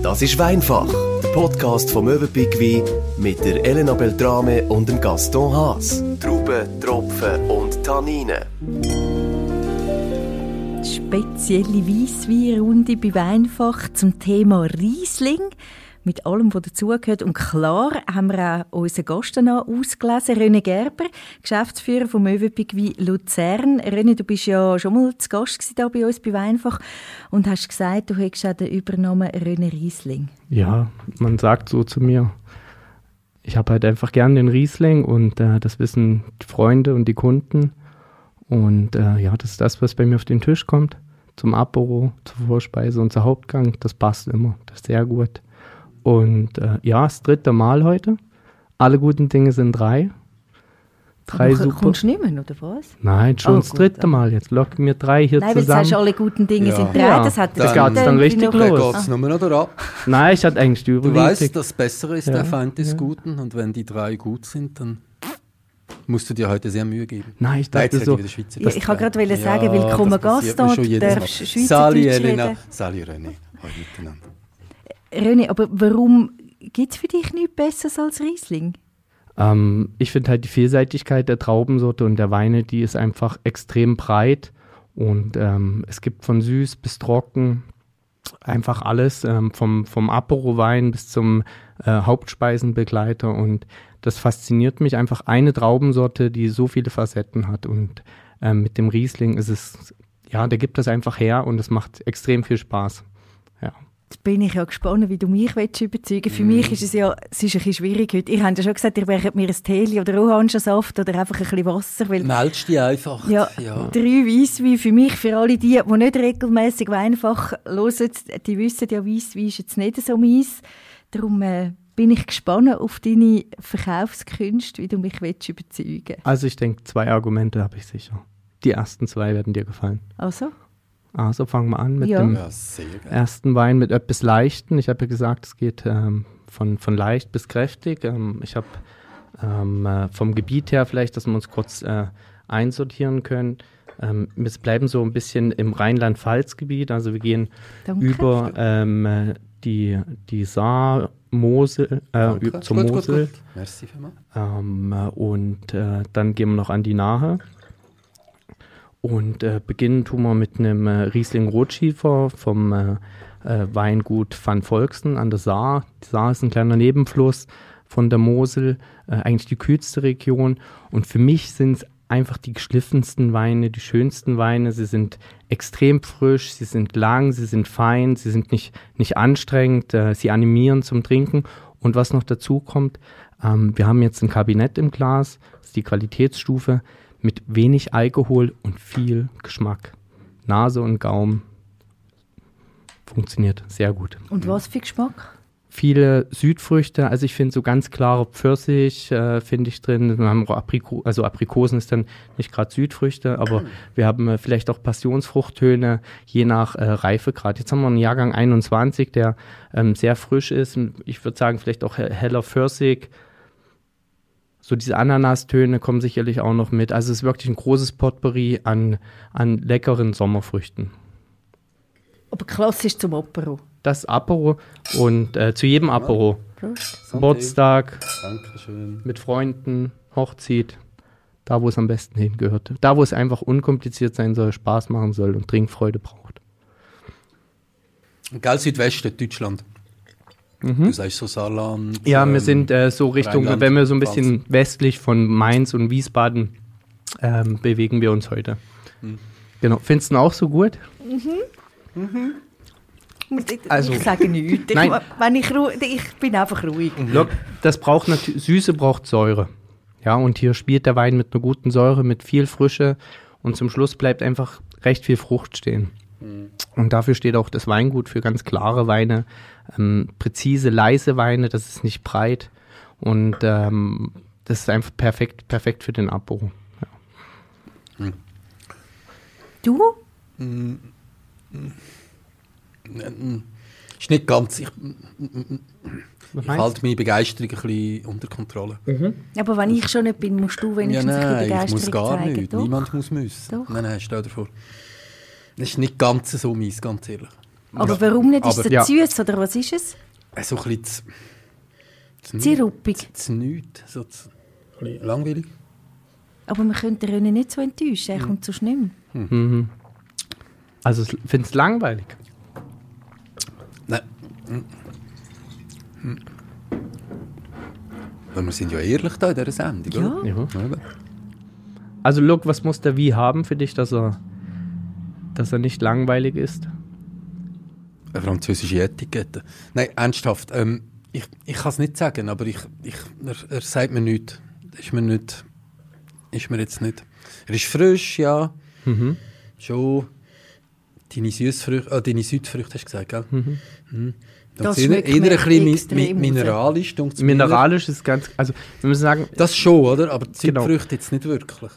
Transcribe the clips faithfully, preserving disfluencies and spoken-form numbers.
Das ist Weinfach, der Podcast vom Möwenpick Wein mit der Elena Beltrame und dem Gaston Haas. Trauben, Tropfen und Tanninen. Spezielle Weissweinrunde bei Weinfach zum Thema Riesling. Mit allem, was dazugehört. Und klar haben wir auch unseren Gast ausgelesen, René Gerber, Geschäftsführer vom Möwenpick Wein Luzern. René, du bist ja schon mal zu Gast hier bei uns bei Weinfach und hast gesagt, du hättest auch den Übernamen René Riesling. Ja, man sagt so zu mir. Ich habe halt einfach gern den Riesling und äh, das wissen die Freunde und die Kunden. Und äh, ja, das ist das, was bei mir auf den Tisch kommt. Zum Apero, zur Vorspeise und zur Hauptgang. Das passt immer. Das ist sehr gut. Und äh, ja, das dritte Mal heute. Alle guten Dinge sind drei. Drei Aber super. Kommst du nicht mehr, oder was? Nein, schon Oh, das gut, dritte dann. Mal jetzt. Locken wir drei hier Nein, weil du zusammen. sagst, alle guten Dinge Ja. sind drei. Ja, Das hat da geht's dann richtig noch- Dann los. geht es nur noch ab. Nein, ich hatte eigentlich die Du Überlegung. weißt, das Bessere ist Ja, der Feind des ja. Guten. Und wenn die drei gut sind, dann musst du dir heute sehr Mühe geben. Nein, ich Nein, dachte jetzt so. rede ich wieder Schweizer. Ja, ich wollte gerade wollen sagen, Ja, willkommen das passiert mir Gaston, schon du jedes darfst Mal. Schweizerdeutsch Sali reden. Elena, Sali René. Hallo miteinander. René, aber warum gibt es für dich nichts Besseres als Riesling? Ähm, ich finde halt die Vielseitigkeit der Traubensorte und der Weine, die ist einfach extrem breit. Und ähm, es gibt von süß bis trocken einfach alles, ähm, vom, vom Apero-Wein bis zum äh, Hauptspeisenbegleiter. Und das fasziniert mich einfach, eine Traubensorte, die so viele Facetten hat. Und ähm, mit dem Riesling ist es, ja, der gibt das einfach her und es macht extrem viel Spaß. Ja. Jetzt bin ich ja gespannt, wie du mich überzeugen willst. Für mich ist es ja es ist ein bisschen schwierig heute. Ihr habt ja schon gesagt, ihr werdet mir ein Tee oder Orangensaft oder einfach ein bisschen Wasser. Weil Meldest dich einfach. ja, Ja. drei Weisswein für mich, für alle die, die nicht regelmässig Weinfach hören, die wissen ja, Weisswein ist jetzt nicht so meins. Darum äh, bin ich gespannt auf deine Verkaufskünste, wie du mich willst überzeugen. Also ich denke, zwei Argumente habe ich sicher. Die ersten zwei werden dir gefallen. Also? Also fangen wir an mit Ja. dem Ja, sehr geil. ersten Wein mit etwas Leichten. Ich habe ja gesagt, es geht ähm, von, von leicht bis kräftig. Ähm, ich habe ähm, äh, vom Gebiet her vielleicht, dass wir uns kurz äh, einsortieren können. Ähm, wir bleiben so ein bisschen im Rheinland-Pfalz-Gebiet. Also wir gehen Danke. über ähm, äh, die, die Saar, Mosel, äh, Danke. über zur Gut, gut, Mosel. gut. Merci vielmals. Ähm, äh, und äh, dann gehen wir noch an die Nahe. Und äh, beginnen tun wir mit einem äh, Riesling Rotschiefer vom äh, äh, Weingut Van Volksen an der Saar. Die Saar ist ein kleiner Nebenfluss von der Mosel, äh, eigentlich die kühlste Region. Und für mich sind es einfach die geschliffensten Weine, die schönsten Weine. Sie sind extrem frisch, sie sind lang, sie sind fein, sie sind nicht, nicht anstrengend, äh, sie animieren zum Trinken. Und was noch dazu kommt, ähm, wir haben jetzt ein Kabinett im Glas, das ist die Qualitätsstufe, mit wenig Alkohol und viel Geschmack. Nase und Gaumen funktioniert sehr gut. Und was für Geschmack? Viele Südfrüchte, also ich finde so ganz klare Pfirsich äh, finde ich drin. Wir haben auch Apriko also Aprikosen ist dann nicht gerade Südfrüchte, aber wir haben äh, vielleicht auch Passionsfruchttöne, je nach äh, Reifegrad. Jetzt haben wir einen Jahrgang einundzwanzig, der ähm, sehr frisch ist. Ich würde sagen, vielleicht auch he- heller Pfirsich. So diese Ananastöne kommen sicherlich auch noch mit. Also es ist wirklich ein großes Potpourri an, an leckeren Sommerfrüchten. Aber klassisch zum Apero. Das Apero und äh, zu jedem Apero. Prost. Geburtstag, Dankeschön. mit Freunden, Hochzeit, da wo es am besten hingehört. Da wo es einfach unkompliziert sein soll, Spaß machen soll und Trinkfreude braucht. Gell, Südwesten, Deutschland. Du sagst so Saarland. Ja, wir ähm, sind äh, so Richtung, Rheinland, wenn wir so ein bisschen Pfalz. westlich von Mainz und Wiesbaden ähm, bewegen wir uns heute. Hm. Genau. Findest du ihn auch so gut? Ich, Also- ich sage nichts. Ich, Nein. wenn ich, ru- ich bin einfach ruhig. Look, das braucht natürlich, Süße braucht Säure. Ja, und hier spielt der Wein mit einer guten Säure, mit viel Frische und zum Schluss bleibt einfach recht viel Frucht stehen. Und dafür steht auch das Weingut für ganz klare Weine, ähm, präzise, leise Weine, das ist nicht breit und ähm, das ist einfach perfekt, perfekt für den Apero. Du? Ist nicht ganz. Ich, Was ich meinst halte meine Begeisterung ein bisschen unter Kontrolle. Aber wenn ich schon nicht bin, musst du Ja, wenigstens ein bisschen nein, ich muss Begeisterung gar zeigen. nicht. Doch. Niemand muss müssen. Doch. Nein, nein, stell dir vor. Das ist nicht ganz so meins, ganz ehrlich. Aber Ja. warum nicht? Ist Aber- es ja. süß oder was ist es? Äh, So ein bisschen zu, zu, Zu ruppig. zu, zu nichts, so zu, ein bisschen langweilig. Aber man könnte den René nicht so enttäuschen, er kommt sonst nicht mehr. Mhm. Also ich finde es langweilig. Nein. Hm. Hm. Weil wir sind ja ehrlich da in dieser Sendung, Ja. oder? Ja. Eben. Also Luke, was muss der Wie haben für dich, dass er, dass er nicht langweilig ist? Eine französische Etikette. Nein, ernsthaft. Ähm, ich ich kann es nicht sagen, aber ich, ich, er, er sagt mir nichts. Ist mir nicht... Ist mir jetzt nicht... Er ist frisch, ja. Mhm. Schon. Deine Süßfrüchte... Ah, deine Südfrüchte hast du gesagt, gell? Mhm. Mhm. Das Eher schmeckt eher ein mir bisschen mi- extrem mi- raus. mineralisch. dunkt's mir. Mineralisch ist ganz, also wir müssen sagen, Das schon, oder? Aber die Genau. Südfrüchte jetzt nicht wirklich.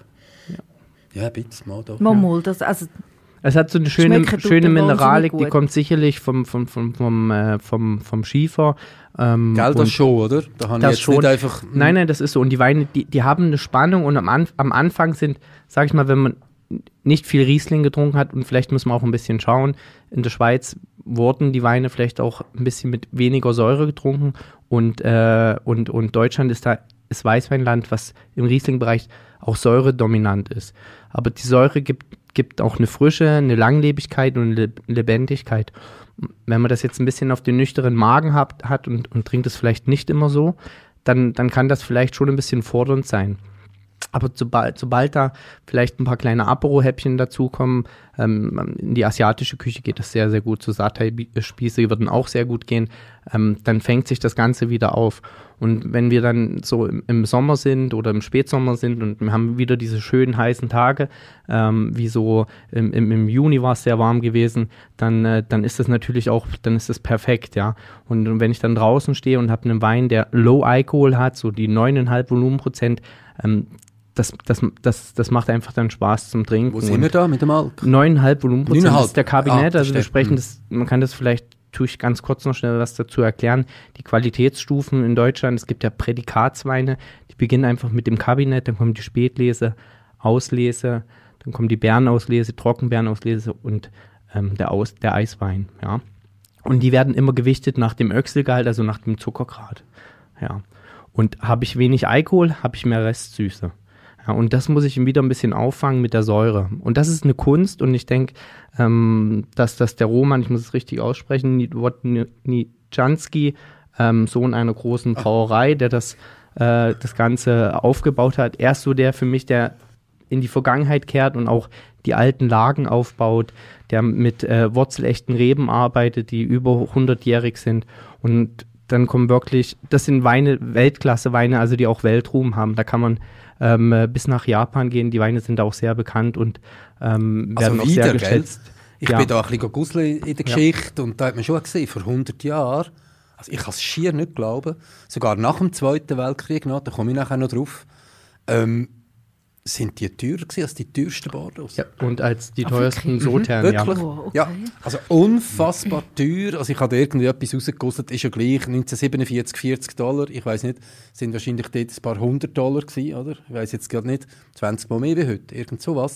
Ja, ein bisschen mal doch. Mal, mal, das, also, es hat so eine schöne, Schmecken tut schöne er wahnsinnig Mineralik, die gut. kommt sicherlich vom, vom, vom, vom, äh, vom, vom Schiefer. Ähm, Gell, und das schon, oder? Da habe ich das jetzt schon. nicht einfach... Nein, nein, das ist so. Und die Weine, die, die haben eine Spannung und am, Anf am Anfang sind, sag ich mal, wenn man nicht viel Riesling getrunken hat und vielleicht muss man auch ein bisschen schauen, in der Schweiz wurden die Weine vielleicht auch ein bisschen mit weniger Säure getrunken und, äh, und, und Deutschland ist da ist Weißweinland, was im Riesling-Bereich auch säuredominant ist. Aber die Säure gibt, gibt auch eine Frische, eine Langlebigkeit und eine Lebendigkeit. Wenn man das jetzt ein bisschen auf den nüchternen Magen hat, hat und, und trinkt es vielleicht nicht immer so, dann, dann kann das vielleicht schon ein bisschen fordernd sein. Aber sobald, sobald da vielleicht ein paar kleine Apero-Häppchen dazukommen, ähm, in die asiatische Küche geht das sehr, sehr gut. So Satay-Spieße würden auch sehr gut gehen. Ähm, dann fängt sich das Ganze wieder auf. Und wenn wir dann so im, im Sommer sind oder im Spätsommer sind und wir haben wieder diese schönen heißen Tage, ähm, wie so im, im, im Juni war es sehr warm gewesen, dann, äh, dann ist das natürlich auch, dann ist das perfekt, ja. Und, und wenn ich dann draußen stehe und habe einen Wein, der Low Alcohol hat, so die neun Komma fünf Volumenprozent, ähm, Das, das, das, das macht einfach dann Spaß zum Trinken. Wo sind wir da mit dem Alk? neun Komma fünf Volumenprozent neun Komma fünf. ist der Kabinett. Ah, also wir verstehe. sprechen Hm. das, man kann das vielleicht, tue ich ganz kurz noch schnell was dazu erklären. Die Qualitätsstufen in Deutschland, es gibt ja Prädikatsweine, die beginnen einfach mit dem Kabinett, dann kommt die Spätlese, Auslese, dann kommt die Beerenauslese, Trockenbeerenauslese und ähm, der, Aus, der Eiswein, ja. Und die werden immer gewichtet nach dem Öchselgehalt, also nach dem Zuckergrad, ja. Und habe ich wenig Alkohol, habe ich mehr Restsüße. Ja, und das muss ich wieder ein bisschen auffangen mit der Säure. Und das ist eine Kunst und ich denke, ähm, dass das der Roman, ich muss es richtig aussprechen, Nitschanski, ähm, Sohn einer großen Brauerei, der das, äh, das Ganze aufgebaut hat, er ist so der für mich, der in die Vergangenheit kehrt und auch die alten Lagen aufbaut, der mit äh, wurzelechten Reben arbeitet, die über hundertjährig sind und dann kommen wirklich, das sind Weine, Weltklasse-Weine, also die auch Weltruhm haben. Da kann man ähm, bis nach Japan gehen. Die Weine sind auch sehr bekannt und ähm, werden Also auch wieder, sehr gell? geschätzt. Ich Ja. bin da ein bisschen gusseln in der Geschichte und da hat man schon gesehen, vor hundert Jahren, also ich kann es schier nicht glauben, sogar nach dem Zweiten Weltkrieg noch, da komme ich nachher noch drauf, ähm, sind die teurer gewesen als die teuersten Bordeaux. Ja, und als die Ah, teuersten wirklich? Sauternen, ja. Wirklich? Oh, okay. Ja, also unfassbar teuer. Also ich habe da irgendwie etwas rausgekostet, ist ja gleich neunzehnhundertsiebenundvierzig, vierzig Dollar. Ich weiß nicht, sind wahrscheinlich dort ein paar hundert Dollar gewesen, oder? Ich weiß jetzt gerade nicht, zwanzig Mal mehr wie heute, irgend sowas.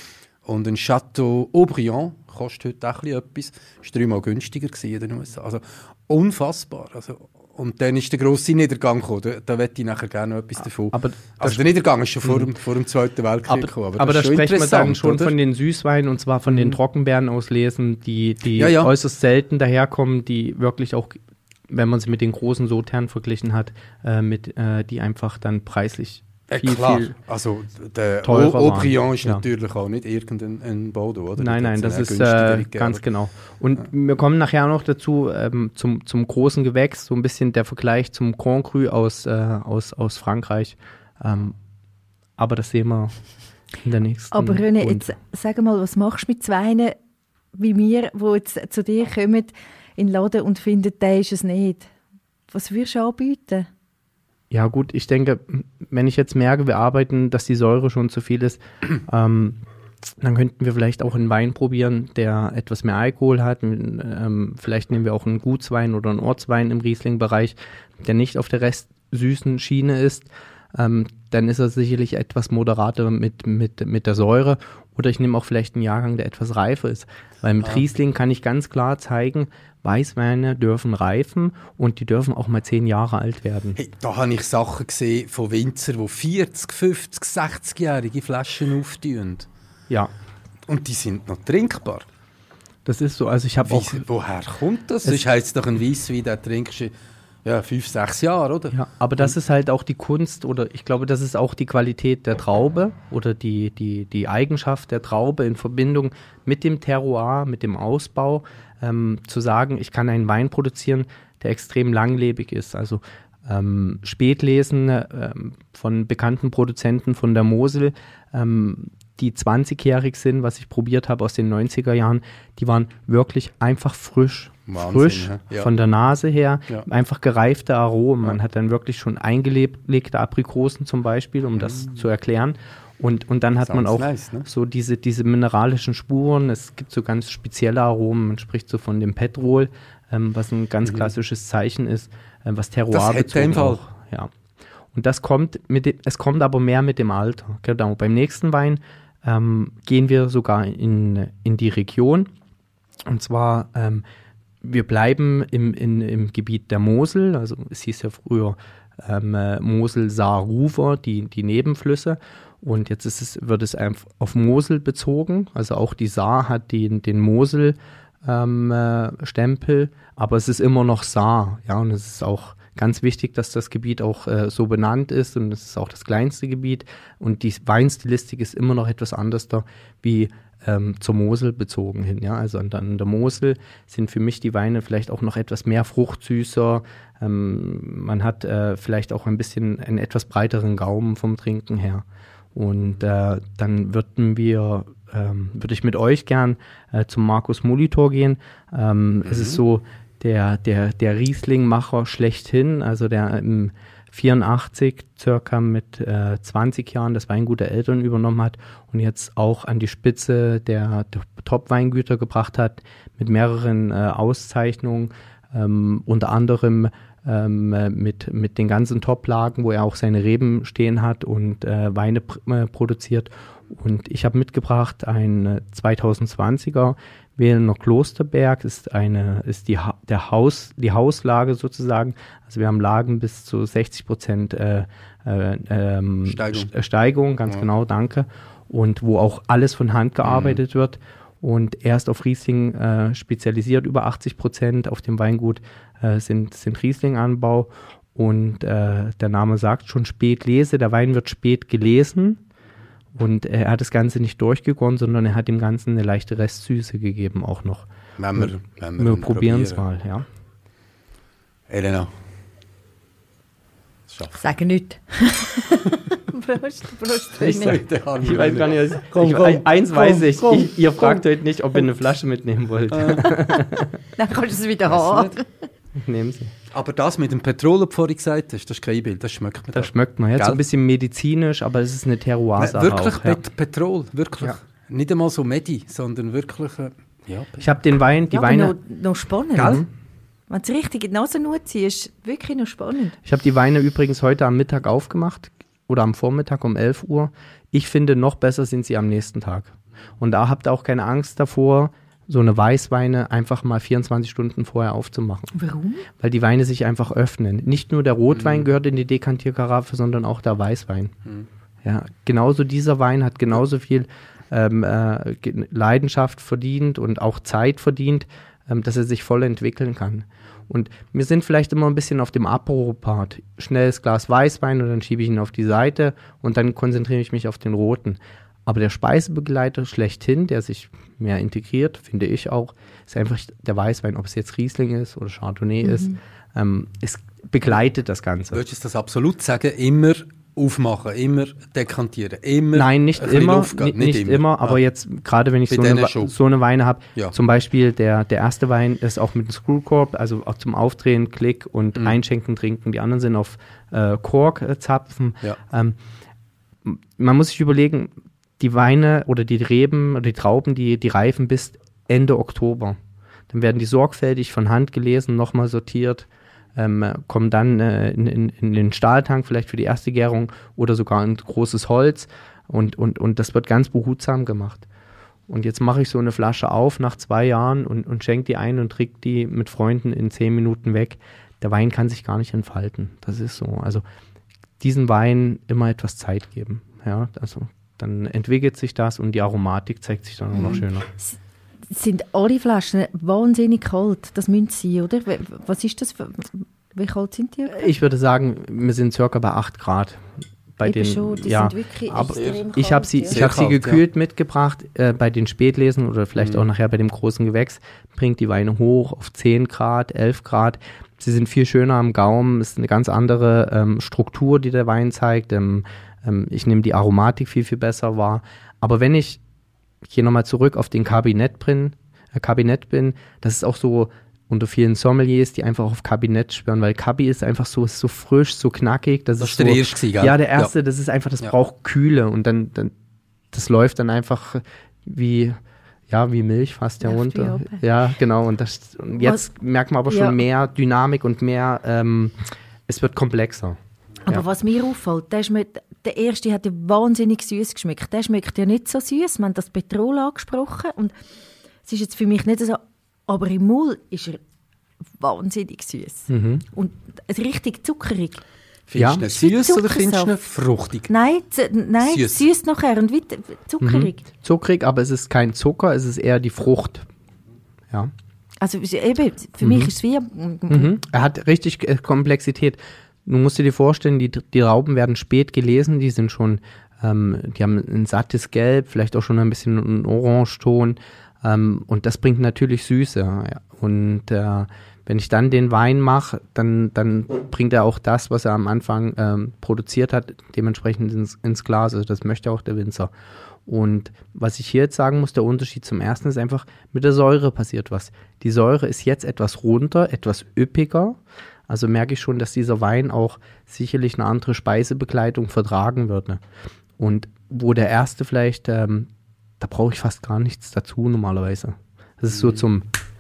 Und ein Chateau Aubryon kostet heute auch ein bisschen etwas, ist dreimal günstiger gewesen in den U S A. Also unfassbar. Also, und dann ist der grosse Niedergang gekommen. Da, da möchte ich nachher gerne noch etwas davon. Aber also der Niedergang ist schon vor dem, vor dem Zweiten Weltkrieg Aber, gekommen. aber da das ist schon sprechen wir dann interessant, schon oder? von den Süßweinen und zwar von den Trockenbeeren auslesen, die, die Ja, ja. äußerst selten daherkommen, die wirklich auch, wenn man sie mit den großen Sauternen verglichen hat, äh, mit, äh, die einfach dann preislich Ja, viel, klar. viel. Also der teurer Au- Aubryon waren. ist Ja. natürlich auch nicht irgendein ein Bordeaux, oder? Nein, Da nein, hat's das ja ist günstigere äh, gegeben, ganz aber- genau. Und wir kommen nachher noch dazu ähm, zum, zum großen Gewächs, so ein bisschen der Vergleich zum Grand Cru aus, äh, aus, aus Frankreich. Ähm, aber das sehen wir in der nächsten. Aber René, Runde. jetzt sag mal, was machst du mit Weinen wie mir, die jetzt zu dir kommen in den Laden und finden, der ist es nicht? Was würdest du anbieten? Ja gut, ich denke, wenn ich jetzt merke, wir arbeiten, dass die Säure schon zu viel ist, ähm, dann könnten wir vielleicht auch einen Wein probieren, der etwas mehr Alkohol hat. Ähm, vielleicht nehmen wir auch einen Gutswein oder einen Ortswein im Riesling-Bereich, der nicht auf der restsüßen Schiene ist. Ähm, dann ist er sicherlich etwas moderater mit, mit, mit der Säure Oder ich nehme auch vielleicht einen Jahrgang, der etwas reifer ist. Weil mit ah. Riesling kann ich ganz klar zeigen, Weißweine dürfen reifen und die dürfen auch mal zehn Jahre alt werden. Hey, da habe ich Sachen gesehen von Winzern, die vierzig, fünfzig, sechzigjährige Flaschen auftun. Ja. Und die sind noch trinkbar. Das ist so, also ich habe auch... Woher kommt das? Das heisst doch ein Weisswein, den trinkst du ja, fünf, sechs Jahre, oder? Ja, aber das ist halt auch die Kunst oder ich glaube, das ist auch die Qualität der Traube oder die, die, die Eigenschaft der Traube in Verbindung mit dem Terroir, mit dem Ausbau, ähm, zu sagen, ich kann einen Wein produzieren, der extrem langlebig ist. Also ähm, Spätlesen ähm, von bekannten Produzenten von der Mosel, ähm, die zwanzigjährig sind, was ich probiert habe aus den neunziger Jahren, die waren wirklich einfach frisch. Wahnsinn, frisch, ja. von der Nase her, ja. einfach gereifte Aromen. Man hat dann wirklich schon eingelegte Aprikosen zum Beispiel, um das mm. zu erklären. Und, und dann hat Sounds man auch nice, ne? so diese, diese mineralischen Spuren. Es gibt so ganz spezielle Aromen. Man spricht so von dem Petrol, ähm, was ein ganz mhm. klassisches Zeichen ist, äh, was Terroir bezogen auch. Ja. Und das kommt mit dem, es kommt aber mehr mit dem Alter. Genau. Beim nächsten Wein ähm, gehen wir sogar in, in die Region. Und zwar ähm, wir bleiben im, in, im Gebiet der Mosel, also es hieß ja früher ähm, Mosel, Saar, Ruwer, die, die Nebenflüsse. Und jetzt ist es, wird es einfach auf Mosel bezogen. Also auch die Saar hat die, den Mosel-Stempel, ähm, aber es ist immer noch Saar. Ja, und es ist auch ganz wichtig, dass das Gebiet auch äh, so benannt ist. Und es ist auch das kleinste Gebiet. Und die Weinstilistik ist immer noch etwas anders da, wie Ähm, zur Mosel bezogen hin. Ja? Also an, an der Mosel sind für mich die Weine vielleicht auch noch etwas mehr fruchtsüßer. Ähm, man hat äh, vielleicht auch ein bisschen einen etwas breiteren Gaumen vom Trinken her. Und äh, dann würden wir, ähm, würde ich mit euch gern äh, zum Markus Molitor gehen. Ähm, mhm. Es ist so der, der, der Riesling-Macher schlechthin, also der im vierundachtzig circa mit äh, zwanzig Jahren das Weingut der Eltern übernommen hat und jetzt auch an die Spitze der, der Top-Weingüter gebracht hat mit mehreren äh, Auszeichnungen, ähm, unter anderem ähm, mit, mit den ganzen Top-Lagen, wo er auch seine Reben stehen hat und äh, Weine pr- äh, produziert. Und ich habe mitgebracht ein zweitausendzwanziger Wählener Klosterberg, ist eine ist die ha- der Haus die Hauslage sozusagen. Also wir haben Lagen bis zu sechzig Prozent äh, äh, ähm, Steigung. St- Steigung, ganz ja. genau, danke. Und wo auch alles von Hand gearbeitet mhm. wird. Und er ist auf Riesling äh, spezialisiert, über achtzig Prozent auf dem Weingut äh, sind, sind Riesling-Anbau. Und äh, der Name sagt schon Spätlese, der Wein wird spät gelesen. Und er hat das Ganze nicht durchgegonnen, sondern er hat dem Ganzen eine leichte Restsüße gegeben auch noch. Wenn wir, wenn wir, wir probieren es mal, ja. Elena. Sage nichts. Prost, Prost. Ich, sag, ich weiß gar nicht, komm, ich, komm, eins komm, weiß ich, komm, ich, ihr komm. fragt heute nicht, ob ihr eine Flasche mitnehmen wollt. Dann kannst du es wieder haben. Nehmen Sie. Aber das mit dem Petrol, das du vorhin gesagt hast, das ist kein Bild, das schmeckt man. Das da. schmeckt man, jetzt so ein bisschen medizinisch, aber es ist eine Terroir-Sache Wirklich auch, ja. Petrol, wirklich. Ja. Nicht einmal so Medi, sondern wirklich, äh, ja. Ich habe den Wein, die ja, Weine... noch, noch spannend. Gell? Wenn es richtig in die Nase nur ziehst, ist wirklich noch spannend. Ich habe die Weine übrigens heute am Mittag aufgemacht oder am Vormittag um elf Uhr. Ich finde, noch besser sind sie am nächsten Tag. Und da habt ihr auch keine Angst davor, so eine Weißweine einfach mal vierundzwanzig Stunden vorher aufzumachen. Warum? Weil die Weine sich einfach öffnen. Nicht nur der Rotwein mhm. gehört in die Dekantierkaraffe, sondern auch der Weißwein. Mhm. Ja, genauso dieser Wein hat genauso viel ähm, äh, Leidenschaft verdient und auch Zeit verdient, ähm, dass er sich voll entwickeln kann. Und wir sind vielleicht immer ein bisschen auf dem Apero-Part. Schnelles Glas Weißwein und dann schiebe ich ihn auf die Seite und dann konzentriere ich mich auf den roten. Aber der Speisebegleiter schlechthin, der sich mehr integriert, finde ich auch, ist einfach der Weißwein, ob es jetzt Riesling ist oder Chardonnay mhm. ist. Ähm, es begleitet das Ganze. Würdest du das absolut sagen? Immer aufmachen, immer dekantieren, immer Nein, nicht immer, nicht, nicht, nicht immer, immer aber ja. jetzt, gerade wenn ich so eine, so eine Weine habe, ja. zum Beispiel der, der erste Wein ist auch mit einem Screwcork, also auch zum Aufdrehen, Klick und mhm. Einschenken, Trinken. Die anderen sind auf äh, Korkzapfen. Ja. Ähm, man muss sich überlegen, die Weine oder die Reben oder die Trauben, die, die reifen bis Ende Oktober. Dann werden die sorgfältig von Hand gelesen, nochmal sortiert, ähm, kommen dann äh, in, in, in den Stahltank vielleicht für die erste Gärung oder sogar in großes Holz. Und, und, und das wird ganz behutsam gemacht. Und jetzt mache ich so eine Flasche auf nach zwei Jahren und, und schenke die ein und trinke die mit Freunden in zehn Minuten weg. Der Wein kann sich gar nicht entfalten. Das ist so. Also diesen Wein immer etwas Zeit geben. Ja, also dann entwickelt sich das und die Aromatik zeigt sich dann auch noch Mhm. schöner. Sind alle Flaschen wahnsinnig kalt? Das müssen sie, oder? Was ist das für, wie kalt sind die? Ich würde sagen, wir sind circa bei acht Grad. Bei Eben den, schon, die ja, sind wirklich aber extrem ich habe kalt, sie, ja. ich hab Sehr sie kalt, gekühlt mitgebracht äh, bei den Spätlesen oder vielleicht Mhm. auch nachher bei dem großen Gewächs. Bringt die Weine hoch auf zehn Grad, elf Grad. Sie sind viel schöner am Gaumen. Es ist eine ganz andere ähm, Struktur, die der Wein zeigt. Ähm, ähm, ich nehme die Aromatik viel, viel besser wahr. Aber wenn ich hier nochmal zurück auf den Kabinett bin, äh, Kabinett bin, das ist auch so unter vielen Sommeliers, die einfach auf Kabinett schwören, weil Kabi ist einfach so, ist so frisch, so knackig. Das, Das ist war so, der erste, gell? ja, der erste, das ist einfach, das Ja. braucht Kühle und dann, dann, das läuft dann einfach wie, ja, wie Milch fast Läuft herunter. wie Open. Ja, genau. Und, das, und jetzt merkt man aber schon Ja. mehr Dynamik und mehr, ähm, es wird komplexer. Aber Ja. was mir auffällt, der, schmeckt, der erste hat ja wahnsinnig süß geschmeckt. Der schmeckt ja nicht so süß. Wir haben das Petrol angesprochen und es ist jetzt für mich nicht so, aber im Mund ist er wahnsinnig süß Mhm. und richtig zuckerig. Ja. Findest du ihn süß oder Zuckersaft. findest du ihn fruchtig? Nein, z- nein Süß. süß nachher und weit- zuckerig. Zuckrig, aber es ist kein Zucker, es ist eher die Frucht. Ja. Also eben, für mich ist es wie... Mhm. Er hat richtig äh, Komplexität. Du musst dir vorstellen, die, die Trauben werden spät gelesen, die sind schon, ähm, die haben ein sattes Gelb, vielleicht auch schon ein bisschen einen Orangeton ähm, und das bringt natürlich Süße. Ja. Und äh, wenn ich dann den Wein mache, dann, dann bringt er auch das, was er am Anfang ähm, produziert hat, dementsprechend ins, ins Glas. Also das möchte auch der Winzer. Und was ich hier jetzt sagen muss, der Unterschied zum ersten ist einfach, mit der Säure passiert was. Die Säure ist jetzt etwas runter, etwas üppiger. Also merke ich schon, dass dieser Wein auch sicherlich eine andere Speisebegleitung vertragen würde. Und wo der erste vielleicht, ähm, da brauche ich fast gar nichts dazu normalerweise. Das ist so zum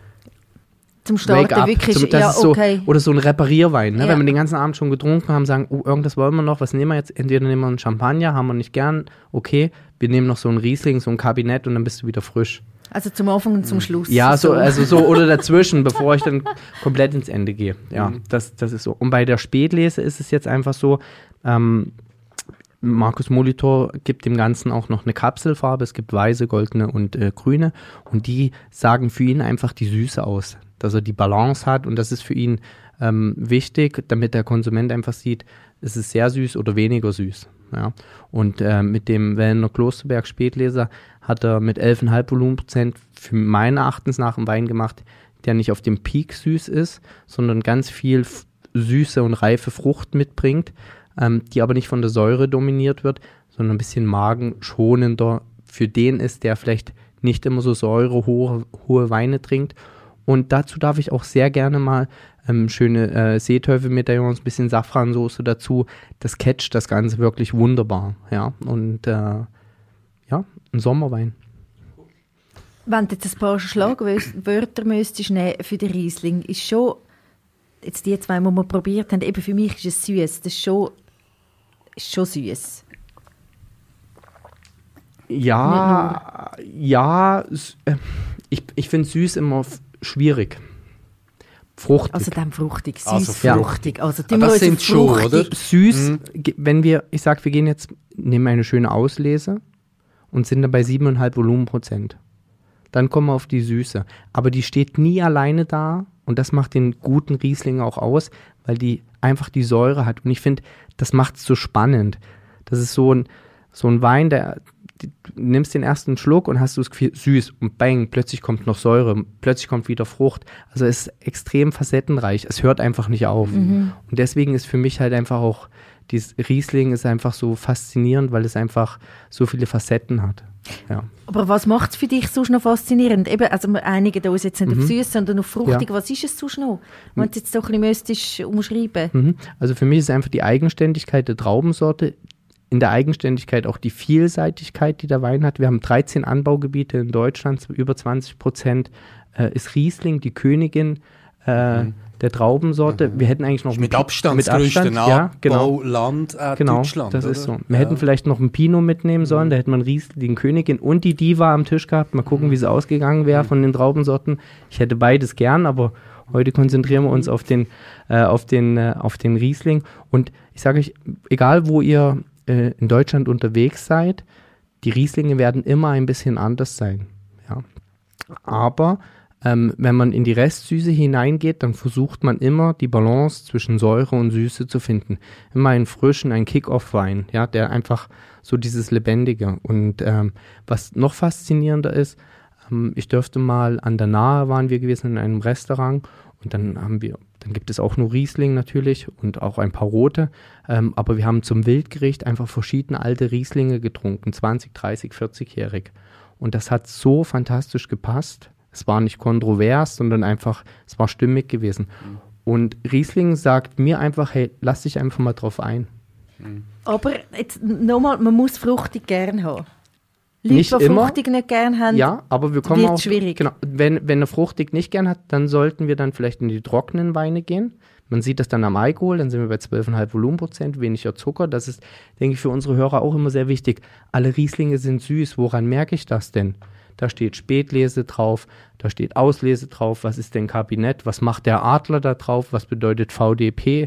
Zum Starten Wake-up. wirklich, Zum, das ja, ist so, okay. oder so ein Reparierwein. Ne? Ja. Wenn wir den ganzen Abend schon getrunken haben, sagen, oh, irgendwas wollen wir noch, was nehmen wir jetzt? Entweder nehmen wir einen Champagner, haben wir nicht gern. Okay, wir nehmen noch so einen Riesling, so ein Kabinett und dann bist du wieder frisch. Also zum Anfang und zum Schluss. Ja, so, also so oder dazwischen, bevor ich dann komplett ins Ende gehe. Ja, Mhm. das, das ist so. Und bei der Spätlese ist es jetzt einfach so, ähm, Markus Molitor gibt dem Ganzen auch noch eine Kapselfarbe. Es gibt weiße, goldene und äh, grüne. Und die sagen für ihn einfach die Süße aus, dass er die Balance hat. Und das ist für ihn ähm, wichtig, damit der Konsument einfach sieht, es ist sehr süß oder weniger süß. Ja. Und äh, mit dem Wellner Klosterberg Spätleser hat er mit elf Komma fünf Volumenprozent für meinen Erachtens nach einen Wein gemacht, der nicht auf dem Peak süß ist, sondern ganz viel f- süße und reife Frucht mitbringt, ähm, die aber nicht von der Säure dominiert wird, sondern ein bisschen magenschonender für den ist, der vielleicht nicht immer so säurehohe hohe Weine trinkt. Und dazu darf ich auch sehr gerne mal ähm, schöne äh, Seeteufel-Medaillons, ein bisschen Safransoße dazu. Das catcht das Ganze wirklich wunderbar. Ja, und äh, ja, ein Sommerwein. Wenn du jetzt ein paar Schlagwörter müsstest nehmen für den Riesling, ist schon, jetzt die zwei, die wir probiert haben, eben für mich ist es süß. Das ist schon, ist schon süß. Ja, ja, s- äh, ich, ich finde süß immer f- schwierig. Fruchtig. Also dann fruchtig, süß, Also fruchtig. Also tun Ah, wir das uns sind auf schon, fruchtig. oder? Süß, Mhm. ge- wenn wir, ich sag, wir gehen jetzt, nehmen eine schöne Auslese und sind dann bei sieben Komma fünf Volumenprozent. Dann kommen wir auf die Süße. Aber die steht nie alleine da und das macht den guten Riesling auch aus, weil die einfach die Säure hat. Und ich finde, das macht es so spannend. Das ist so ein, so ein Wein, der, die, du nimmst den ersten Schluck und hast du das Gefühl, süß und bang, plötzlich kommt noch Säure, plötzlich kommt wieder Frucht. Also es ist extrem facettenreich. Es hört einfach nicht auf. Und deswegen ist für mich halt einfach auch, dieses Riesling ist einfach so faszinierend, weil es einfach so viele Facetten hat. Ja. Aber was macht es für dich sonst noch faszinierend? Eben, also wir einigen uns jetzt nicht Mhm. auf süß, sondern auf fruchtig. Ja. Was ist es sonst noch? Wenn du es jetzt so ein bisschen müsstest umschreiben. Mhm. Also für mich ist einfach die Eigenständigkeit der Traubensorte, in der Eigenständigkeit auch die Vielseitigkeit, die der Wein hat. Wir haben dreizehn Anbaugebiete in Deutschland, über zwanzig Prozent äh, ist Riesling die Königin äh, Mhm. der Traubensorte. Mhm. Wir hätten eigentlich noch mit Abstand mit das größte ja, genau. Land äh, genau, Deutschland. Das oder? ist so. Wir ja. hätten vielleicht noch einen Pinot mitnehmen sollen, mhm. da hätte man Riesling Königin und die Diva am Tisch gehabt. Mal gucken, mhm. wie es ausgegangen wäre mhm. von den Traubensorten. Ich hätte beides gern, aber heute konzentrieren wir uns auf den, äh, auf den, äh, auf den Riesling. Und ich sage euch, egal wo ihr äh, in Deutschland unterwegs seid, die Rieslinge werden immer ein bisschen anders sein. Ja. Aber ähm, wenn man in die Restsüße hineingeht, dann versucht man immer die Balance zwischen Säure und Süße zu finden. Immer einen frischen, einen Kick-Off-Wein, ja, der einfach so dieses Lebendige. Und ähm, was noch faszinierender ist, ähm, ich dürfte mal an der Nahe waren wir gewesen in einem Restaurant und dann haben wir, dann gibt es auch nur Riesling natürlich und auch ein paar rote, ähm, aber wir haben zum Wildgericht einfach verschiedene alte Rieslinge getrunken, zwanzig, dreißig, vierzig-jährig. Und das hat so fantastisch gepasst. Es war nicht kontrovers, sondern einfach, es war stimmig gewesen. Mhm. Und Riesling sagt mir einfach, hey, lass dich einfach mal drauf ein. Mhm. Aber jetzt nochmal, man muss fruchtig gern haben. Leute, nicht die immer, fruchtig nicht gern haben, ja, aber wir kommen auch, schwierig. Genau, wenn, wenn er fruchtig nicht gern hat, dann sollten wir dann vielleicht in die trockenen Weine gehen. Man sieht das dann am Alkohol, dann sind wir bei zwölf Komma fünf Volumenprozent, weniger Zucker. Das ist, denke ich, für unsere Hörer auch immer sehr wichtig. Alle Rieslinge sind süß. Woran merke ich das denn? Da steht Spätlese drauf, da steht Auslese drauf. Was ist denn Kabinett? Was macht der Adler da drauf? Was bedeutet V D P?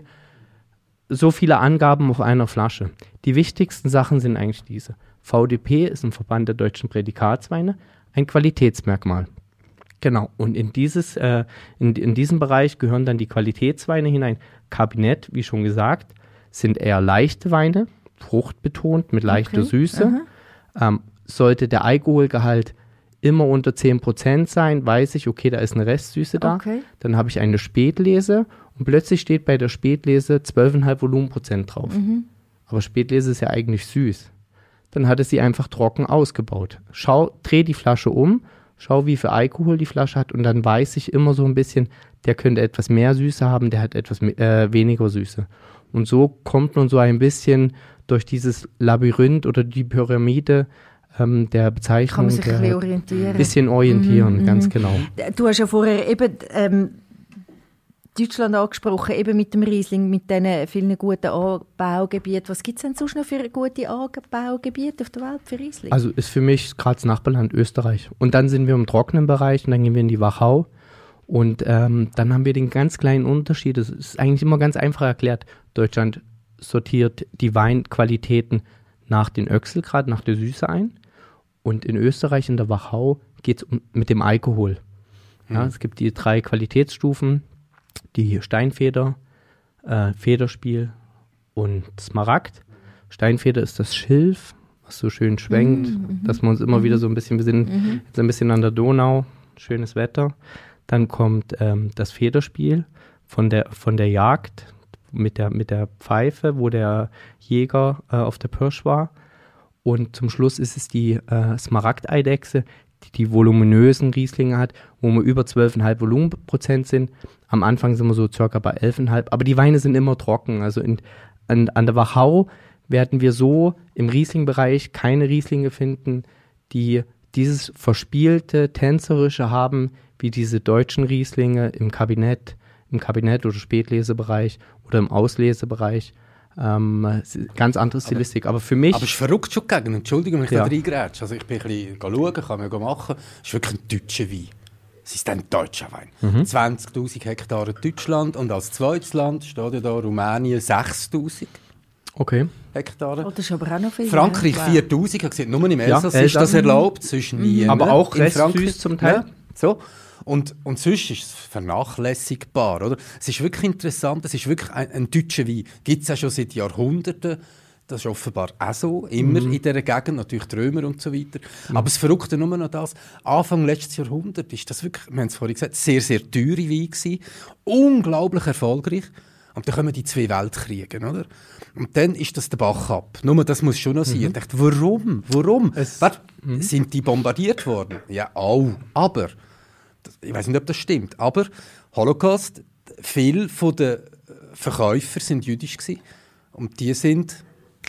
So viele Angaben auf einer Flasche. Die wichtigsten Sachen sind eigentlich diese. V D P ist im Verband der deutschen Prädikatsweine ein Qualitätsmerkmal. Genau, und in, dieses, äh, in, in diesen Bereich gehören dann die Qualitätsweine hinein. Kabinett, wie schon gesagt, sind eher leichte Weine, fruchtbetont mit leichter okay. Süße. Ähm, sollte der Alkoholgehalt immer unter zehn Prozent sein, weiß ich, okay, da ist eine Restsüße da. Okay. Dann habe ich eine Spätlese und plötzlich steht bei der Spätlese zwölf Komma fünf Volumenprozent drauf. Mhm. Aber Spätlese ist ja eigentlich süß. Dann hat es sie einfach trocken ausgebaut. Schau, dreh die Flasche um, schau, wie viel Alkohol die Flasche hat und dann weiß ich immer so ein bisschen, der könnte etwas mehr Süße haben, der hat etwas äh, weniger Süße. Und so kommt man so ein bisschen durch dieses Labyrinth oder die Pyramide ähm, der Bezeichnung. Kann man sich ein bisschen orientieren. Ein bisschen orientieren, mhm, ganz genau. Du hast ja vorher eben ähm, Deutschland angesprochen, eben mit dem Riesling, mit diesen vielen guten Anbaugebieten. Was gibt es denn sonst noch für gute Anbaugebiete auf der Welt für Riesling? Also ist für mich gerade das Nachbarland Österreich. Und dann sind wir im trockenen Bereich und dann gehen wir in die Wachau. Und ähm, dann haben wir den ganz kleinen Unterschied. Das ist eigentlich immer ganz einfach erklärt. Deutschland sortiert die Weinqualitäten nach den Öchselgrad, nach der Süße ein. Und in Österreich, in der Wachau, geht es um, mit dem Alkohol. Ja, mhm. Es gibt die drei Qualitätsstufen. Die Steinfeder, äh, Federspiel und Smaragd. Steinfeder ist das Schilf, was so schön schwenkt, mhm, dass wir uns immer mhm. wieder so ein bisschen, wir sind mhm. jetzt ein bisschen an der Donau, schönes Wetter. Dann kommt ähm, das Federspiel von der, von der Jagd mit der, mit der Pfeife, wo der Jäger äh, auf der Pirsch war. Und zum Schluss ist es die äh, Smaragdeidechse, die die voluminösen Rieslinge hat, wo wir über zwölf Komma fünf Volumenprozent sind. Am Anfang sind wir so circa bei elf Komma fünf. Aber die Weine sind immer trocken. Also in, an, an der Wachau werden wir so im Riesling-Bereich keine Rieslinge finden, die dieses verspielte, tänzerische haben, wie diese deutschen Rieslinge im Kabinett, im Kabinett- oder Spätlesebereich oder im Auslesebereich. Ähm, ganz andere Stilistik. Aber, aber für mich... Aber es ist verrückt schon gegen. Entschuldigung, wenn ich ja. da reingrätsche. Also ich bin ein bisschen schauen, kann man machen. Es ist wirklich ein deutscher Wein. Es ist ein deutscher Wein. Mhm. zwanzigtausend Hektare Deutschland und als zweites Land steht ja da Rumänien sechstausend okay. Hektare. Oh, das ist aber auch noch viel. Frankreich wow. viertausend. Ich habe gesehen, nur im Elsass ja, ist das erlaubt. Sonst mhm. nie. Aber auch restsüß zum Teil. Ja, so. Und, und sonst ist es vernachlässigbar, oder? Es ist wirklich interessant, es ist wirklich ein, ein deutscher Wein. Gibt es ja schon seit Jahrhunderten. Das ist offenbar auch so, immer mhm. in dieser Gegend, natürlich die Römer und so weiter. Mhm. Aber das Verrückte nur noch das, Anfang letztes Jahrhundert ist das wirklich, wir haben es vorhin gesagt, sehr, sehr teure Wein gewesen, unglaublich erfolgreich. Und dann kommen die zwei Weltkriege, oder? Und dann ist das der Bach ab. Nur das muss schon noch sein. Mhm. Ich dachte, warum? Warum? Es, Warte, mhm. sind die bombardiert worden? Ja, auch. Aber... Ich weiß nicht, ob das stimmt, aber Holocaust, viele der Verkäufer sind jüdisch gewesen und die sind,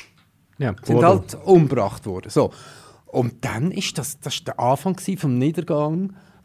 ja, sind halt umgebracht worden. So. Und dann ist das, das ist der Anfang vom Niedergang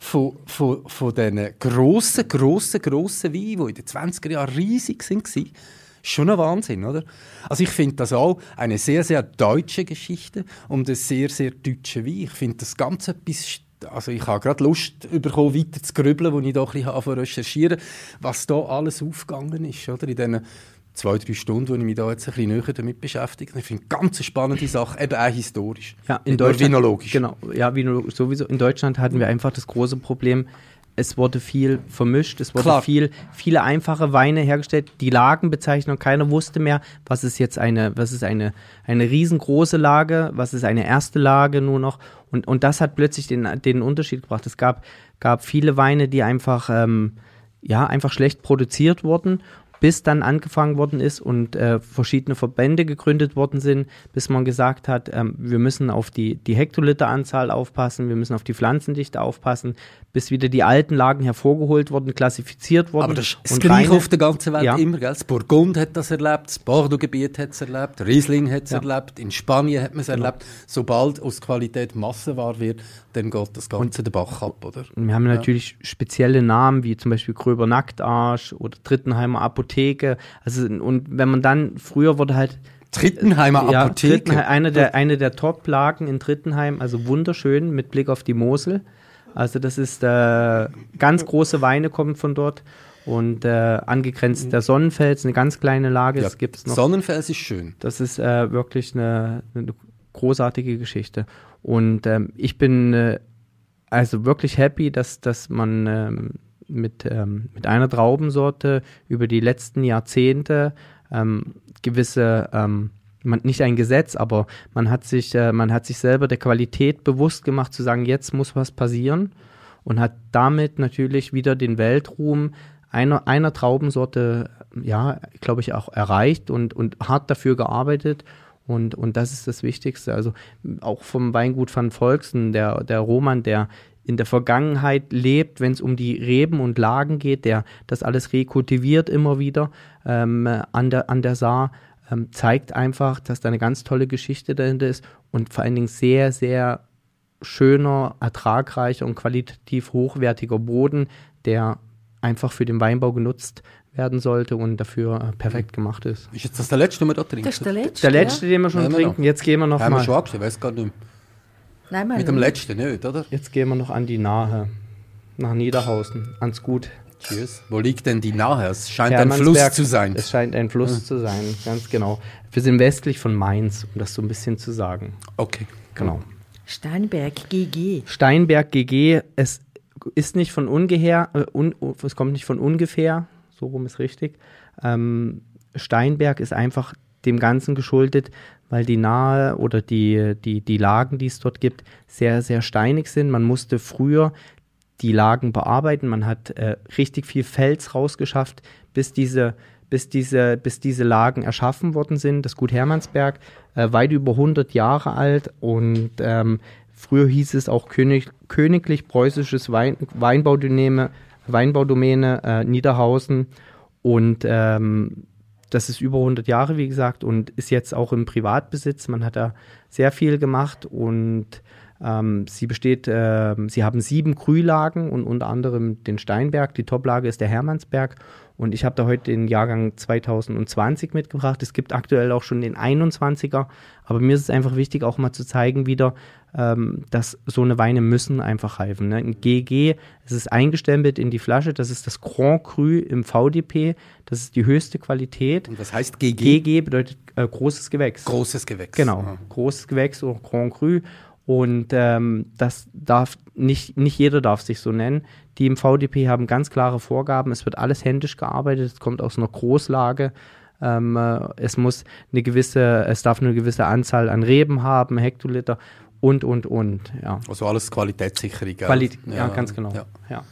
von, von, von diesen grossen, grossen, grossen Weinen, die in den zwanziger Jahren riesig waren, schon ein Wahnsinn, oder? Also ich finde das auch eine sehr, sehr deutsche Geschichte und ein sehr, sehr deutsche Wein. Ich finde das ganz etwas, also ich habe gerade Lust bekommen, weiter zu grübeln, als ich da ein bisschen recherchieren, was da alles aufgegangen ist, oder? In diesen zwei, drei Stunden, wo ich mich da jetzt ein bisschen näher damit beschäftige. Ich finde ganz eine spannende Sache, eben auch historisch. Ja, in Deutschland, vinologisch. Genau, ja, vinologisch sowieso. In Deutschland hatten wir einfach das große Problem, es wurde viel vermischt, es wurde viel, viele einfache Weine hergestellt, die Lagenbezeichnung, keiner wusste mehr, was ist jetzt eine, was ist eine, eine riesengroße Lage, was ist eine erste Lage nur noch. Und, und das hat plötzlich den, den Unterschied gebracht. Es gab, gab viele Weine, die einfach, ähm, ja, einfach schlecht produziert wurden, bis dann angefangen worden ist und äh, verschiedene Verbände gegründet worden sind, bis man gesagt hat, ähm, wir müssen auf die, die Hektoliteranzahl aufpassen, wir müssen auf die Pflanzendichte aufpassen, bis wieder die alten Lagen hervorgeholt wurden, klassifiziert wurden. Aber das ist das Gleiche auf der ganzen Welt ja. immer, gell? Das Burgund hat das erlebt, das Bordeaux-Gebiet hat es erlebt, Riesling hat es ja. erlebt, in Spanien hat man es genau. erlebt. Sobald aus Qualität Massenware wird, dann geht das Ganze und den Bach ab, oder? Wir haben ja. natürlich spezielle Namen, wie zum Beispiel Gröber Nacktarsch oder Trittenheimer Apotheke. Also, und wenn man dann, früher wurde halt Trittenheimer ja, Apotheke? Trittenheim, eine der, eine der Top-Lagen in Trittenheim, also wunderschön mit Blick auf die Mosel. Also das ist, äh, ganz große Weine kommen von dort und äh, angegrenzt der Sonnenfels, eine ganz kleine Lage. Ja, das gibt's noch. Sonnenfels ist schön. Das ist äh, wirklich eine, eine großartige Geschichte. Und ähm, ich bin äh, also wirklich happy, dass, dass man ähm, mit, ähm, mit einer Traubensorte über die letzten Jahrzehnte ähm, gewisse ähm, Man, nicht ein Gesetz, aber man hat sich, äh, man hat sich selber der Qualität bewusst gemacht, zu sagen, jetzt muss was passieren und hat damit natürlich wieder den Weltruhm einer, einer Traubensorte, ja, glaube ich, auch erreicht und, und hart dafür gearbeitet und, und das ist das Wichtigste. Also auch vom Weingut Van Volksen, der, der Roman, der in der Vergangenheit lebt, wenn es um die Reben und Lagen geht, der das alles rekultiviert immer wieder ähm, an der, an der Saar, Ähm, zeigt einfach, dass da eine ganz tolle Geschichte dahinter ist und vor allen Dingen sehr, sehr schöner, ertragreicher und qualitativ hochwertiger Boden, der einfach für den Weinbau genutzt werden sollte und dafür äh, perfekt gemacht ist. Ist jetzt das der letzte, den wir da trinken? Das ist der letzte, Der letzte, ja. den wir schon Nein, trinken. Wir jetzt gehen wir noch Haben mal. wir schon abgesehen, weiß gar nicht mehr. Nein, Mit dem letzten nicht, oder? Jetzt gehen wir noch an die Nahe, nach Niederhausen, ans Gut. Tschüss. Wo liegt denn die Nahe? Es scheint ein Fluss zu sein. Es scheint ein Fluss ja. zu sein, ganz genau. Wir sind westlich von Mainz, um das so ein bisschen zu sagen. Okay. Genau. Steinberg G G. Steinberg G G, es ist nicht von ungefähr, äh, un, es kommt nicht von ungefähr, so rum ist richtig. Ähm, Steinberg ist einfach dem Ganzen geschuldet, weil die Nahe oder die, die, die Lagen, die es dort gibt, sehr, sehr steinig sind. Man musste früher die Lagen bearbeiten. Man hat äh, richtig viel Fels rausgeschafft, bis diese, bis, diese, bis diese Lagen erschaffen worden sind. Das Gut Hermannsberg, äh, weit über hundert Jahre alt und ähm, früher hieß es auch König, königlich-preußisches Wein, Weinbaudomäne, Weinbaudomäne äh, Niederhausen und ähm, das ist über hundert Jahre, wie gesagt, und ist jetzt auch im Privatbesitz. Man hat da sehr viel gemacht und Ähm, sie besteht, äh, sie haben sieben Krühlagen und unter anderem den Steinberg. Die Toplage ist der Hermannsberg und ich habe da heute den Jahrgang zwanzig zwanzig mitgebracht. Es gibt aktuell auch schon den einundzwanziger, aber mir ist es einfach wichtig, auch mal zu zeigen wieder, ähm, dass so eine Weine müssen einfach reifen. Ne? Ein G G, es ist eingestempelt in die Flasche, das ist das Grand Cru im V D P, das ist die höchste Qualität. Und was heißt G G? G G bedeutet äh, großes Gewächs. Großes Gewächs. Genau, Aha. großes Gewächs oder Grand Cru. Und ähm, das darf nicht, nicht jeder darf sich so nennen. Die im V D P haben ganz klare Vorgaben. Es wird alles händisch gearbeitet. Es kommt aus einer Großlage. Ähm, äh, es muss eine gewisse, es darf eine gewisse Anzahl an Reben haben, Hektoliter und und und. Ja. Also alles Qualitätssicherung. Quali- ja, ja, ganz genau. Ja. Ja.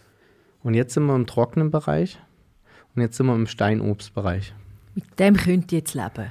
Und jetzt sind wir im trockenen Bereich und jetzt sind wir im Steinobstbereich. Mit dem könnt ihr jetzt leben.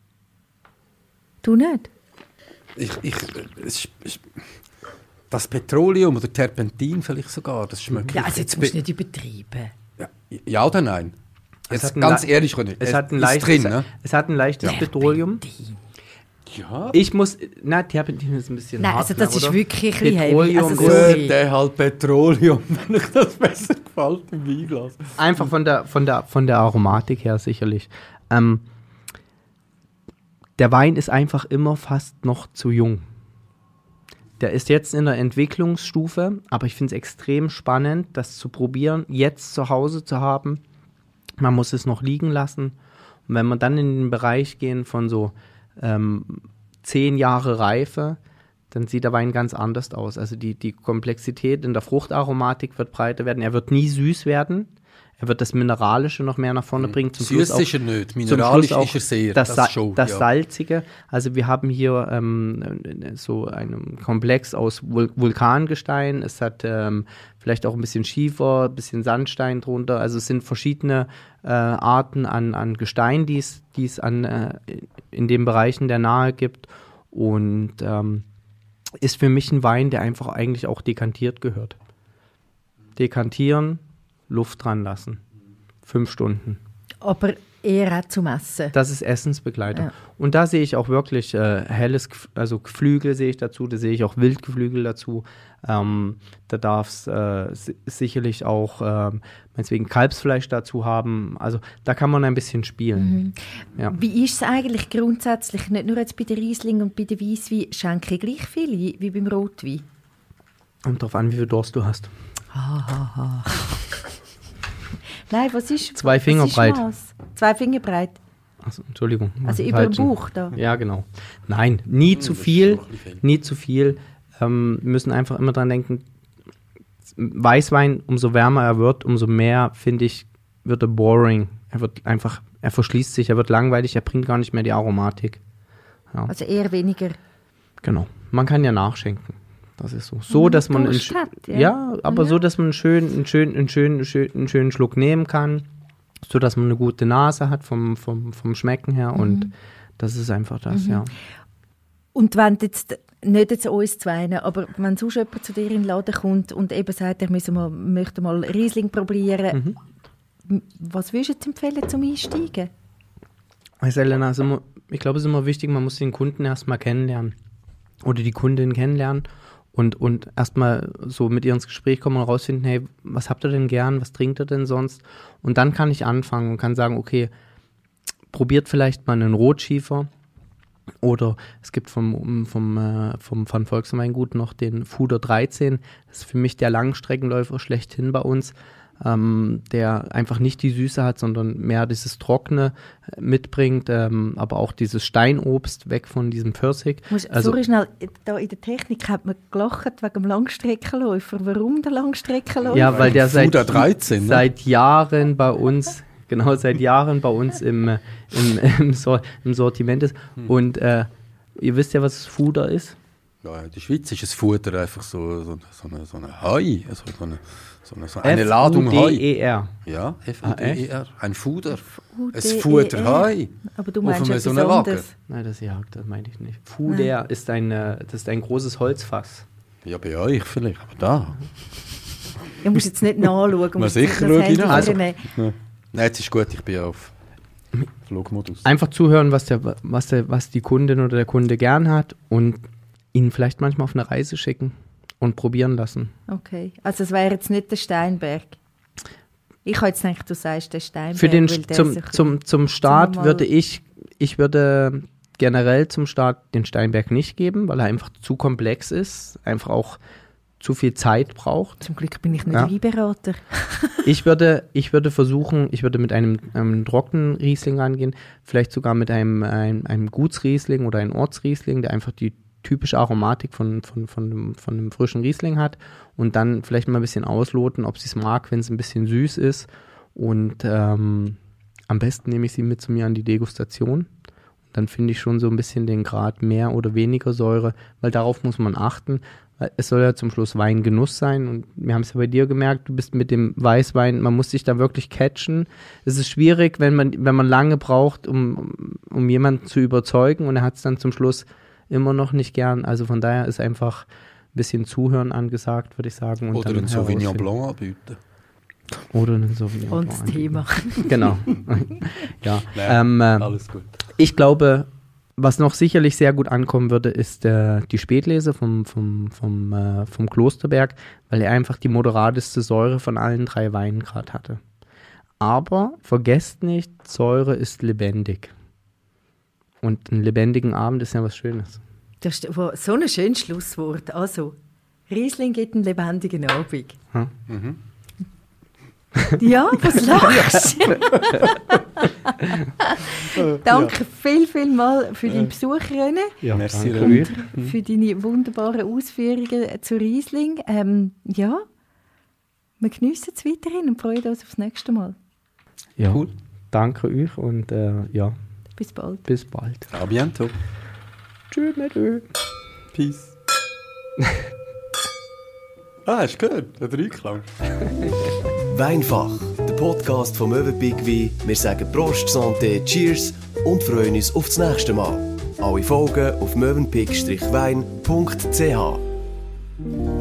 Du nicht? Ich, ich, es, es, das Petroleum oder Terpentin vielleicht sogar, das schmeckt. Ja, also jetzt musst du nicht übertreiben. Ja, ja oder nein? Jetzt Es hat ein ganz Le- ehrlich, René, Es, es hat ein ist leichtes, drin, ne? es hat ein leichtes Petroleum. Terpentin. Ja. Ich muss, na, Terpentin ist ein bisschen Nein, hart, also das oder? ist wirklich ein bisschen heavy. Petroleum Also Gut, sorry. der halt Petroleum, wenn euch das besser gefällt im Weinglas. Einfach von der, von der, von der Aromatik her sicherlich. Ähm, der Wein ist einfach immer fast noch zu jung. Der ist jetzt in der Entwicklungsstufe, aber ich finde es extrem spannend, das zu probieren, jetzt zu Hause zu haben. Man muss es noch liegen lassen. Und wenn wir dann in den Bereich gehen von so ähm, zehn Jahre Reife, dann sieht der Wein ganz anders aus. Also die, die Komplexität in der Fruchtaromatik wird breiter werden. Er wird nie süß werden. Er wird das Mineralische noch mehr nach vorne bringen. Zum Süß Schluss auch, ist er nicht, zum mineralisch Schluss auch ist er sehr. Das, Das Sa schon, das ja. Salzige. Also wir haben hier ähm, so einen Komplex aus Vul Vulkangestein. Es hat ähm, vielleicht auch ein bisschen Schiefer, ein bisschen Sandstein drunter. Also es sind verschiedene äh, Arten an, an Gestein, die es die es an, äh, in den Bereichen der Nahe gibt. Und ähm, ist für mich ein Wein, der einfach eigentlich auch dekantiert gehört. Dekantieren, Luft dran lassen. Fünf Stunden. Aber eher auch zum Essen. Das ist Essensbegleiter. Ja. Und da sehe ich auch wirklich äh, helles, Gef- also Geflügel sehe ich dazu, da sehe ich auch Wildgeflügel dazu. Ähm, da darf es äh, si- sicherlich auch ähm, meinetwegen Kalbsfleisch dazu haben. Also da kann man ein bisschen spielen. Mhm. Ja. Wie ist es eigentlich grundsätzlich, nicht nur jetzt bei den Riesling und bei den Weisswein, schenke ich gleich viel wie, wie beim Rotwein? Kommt darauf an, wie viel Durst du hast. Nein, was ist Zwei Finger was ist breit. Maß? Zwei Finger breit. Achso, Entschuldigung. Also Falschen. über den Bauch da. Ja, genau. Nein, nie zu das ist viel, doch ein bisschen viel. nie zu viel. Ähm, müssen einfach immer dran denken, Weißwein, umso wärmer er wird, umso mehr, finde ich, wird er boring. Er wird einfach, er verschließt sich, er wird langweilig, er bringt gar nicht mehr die Aromatik. Ja, Also eher weniger. genau. Man kann ja nachschenken. Das ist so. So, dass man einen, Durst sch- hat, ja. ja, aber Ja. so, dass man einen schönen, einen schönen, einen schönen, einen schönen, einen schönen Schluck nehmen kann, so, dass man eine gute Nase hat vom, vom, vom Schmecken her und das ist einfach das, ja. Und wenn du jetzt, nicht jetzt uns zwei, aber wenn sonst jemand zu dir in den Laden kommt und eben sagt, er müsse mal, möchte mal Riesling probieren, m- was würdest du jetzt empfehlen zum Einsteigen? Also Elena, ist immer, ich glaube, es ist immer wichtig, man muss den Kunden erstmal kennenlernen oder die Kundin kennenlernen und, und erstmal so mit ihr ins Gespräch kommen und rausfinden, hey, was habt ihr denn gern, was trinkt ihr denn sonst? Und dann kann ich anfangen und kann sagen, okay, probiert vielleicht mal einen Rotschiefer oder es gibt vom, vom, äh, vom Van Volksweingut noch den Fuder dreizehn, das ist für mich der Langstreckenläufer schlechthin bei uns, ähm, der einfach nicht die Süße hat, sondern mehr dieses Trockene äh, mitbringt, ähm, aber auch dieses Steinobst weg von diesem Pfirsich. Muss, Also- sorry, schnell, da in der Technik hat man gelacht wegen dem Langstreckenläufer. Warum der Langstreckenläufer? Ja, weil der seit, Fuder dreizehn, ne? seit Jahren bei uns, genau seit Jahren bei uns im, äh, im, im, Sor im Sortiment ist. Und äh, ihr wisst ja, was das Fuder ist. Ja, in der Schweiz ist ein Fuder einfach so, so, so, eine, so eine Hai, also so eine, so eine, so eine Ladung F U Hai. D E R. Ja, F U D E R, ein Fuder. U Ein D E R. Fuder Hai. Aber du Auf meinst einem etwas so einem Lager. anderes. Nein, das Jagd, das meine ich nicht. Fuder ist ein, äh, das ist ein großes Holzfass. Ja, bei euch vielleicht, aber da. Ich muss jetzt nicht nachschauen. Na muss sicher das schaue ich Handy nach. vornehmen. Ja. Nein, jetzt ist gut, ich bin auf Flugmodus. Einfach zuhören, was, der, was, der, was die Kundin oder der Kunde gern hat und ihn vielleicht manchmal auf eine Reise schicken und probieren lassen. Okay, also es wäre jetzt nicht der Steinberg. Ich habe jetzt gedacht, du sagst der Steinberg. Für den weil der zum, sich- zum, zum Start mal- würde ich, ich würde generell zum Start den Steinberg nicht geben, weil er einfach zu komplex ist, einfach auch zu viel Zeit braucht. Zum Glück bin ich nicht Ja. Weinberater. Ich würde, ich würde versuchen, ich würde mit einem, einem trockenen Riesling rangehen, vielleicht sogar mit einem, einem, einem Gutsriesling oder einem Ortsriesling, der einfach die typische Aromatik von, von, von, einem, von einem frischen Riesling hat und dann vielleicht mal ein bisschen ausloten, ob sie es mag, wenn es ein bisschen süß ist und ähm, am besten nehme ich sie mit zu mir an die Degustation. Dann finde ich schon so ein bisschen den Grad mehr oder weniger Säure, weil darauf muss man achten. Weil es soll ja zum Schluss Weingenuss sein und wir haben es ja bei dir gemerkt, du bist mit dem Weißwein, man muss sich da wirklich catchen. Es ist schwierig, wenn man, wenn man lange braucht, um, um jemanden zu überzeugen und er hat es dann zum Schluss immer noch nicht gern. Also von daher ist einfach ein bisschen Zuhören angesagt, würde ich sagen. Und Oder dann ein Sauvignon herausfinden. Blanc anbieten. Oder einen Sauvignon Und Blanc das Thema. anbieten. Genau. Ja. Nein, ähm, äh, alles gut. ich glaube, Was noch sicherlich sehr gut ankommen würde, ist äh, die Spätlese vom, vom, vom, äh, vom Klosterberg, weil er einfach die moderateste Säure von allen drei Weinen gerade hatte. Aber vergesst nicht, Säure ist lebendig. Und einen lebendigen Abend ist ja was Schönes. Das ist so ein schönes Schlusswort. Also, Riesling gibt einen lebendigen Abend. Hm? Mhm. Ja, was lachst du? Danke ja. viel, viel mal für deinen Besuch, René. Ja, merci, René. Und für deine wunderbaren Ausführungen zu Riesling. Ähm, ja, wir geniessen es weiterhin und freuen uns aufs nächste Mal. Ja, cool. Danke euch und äh, ja. Bis bald. Bis bald. A bientôt. Tschüss mit euch. Peace. Ah, hast du gehört? Der Dreiklang. Weinfach, der Podcast vom Mövenpick Wein. Wir sagen Prost, Santé, Cheers und freuen uns auf das nächste Mal. Alle Folgen auf mövenpick Strich wein Punkt c h.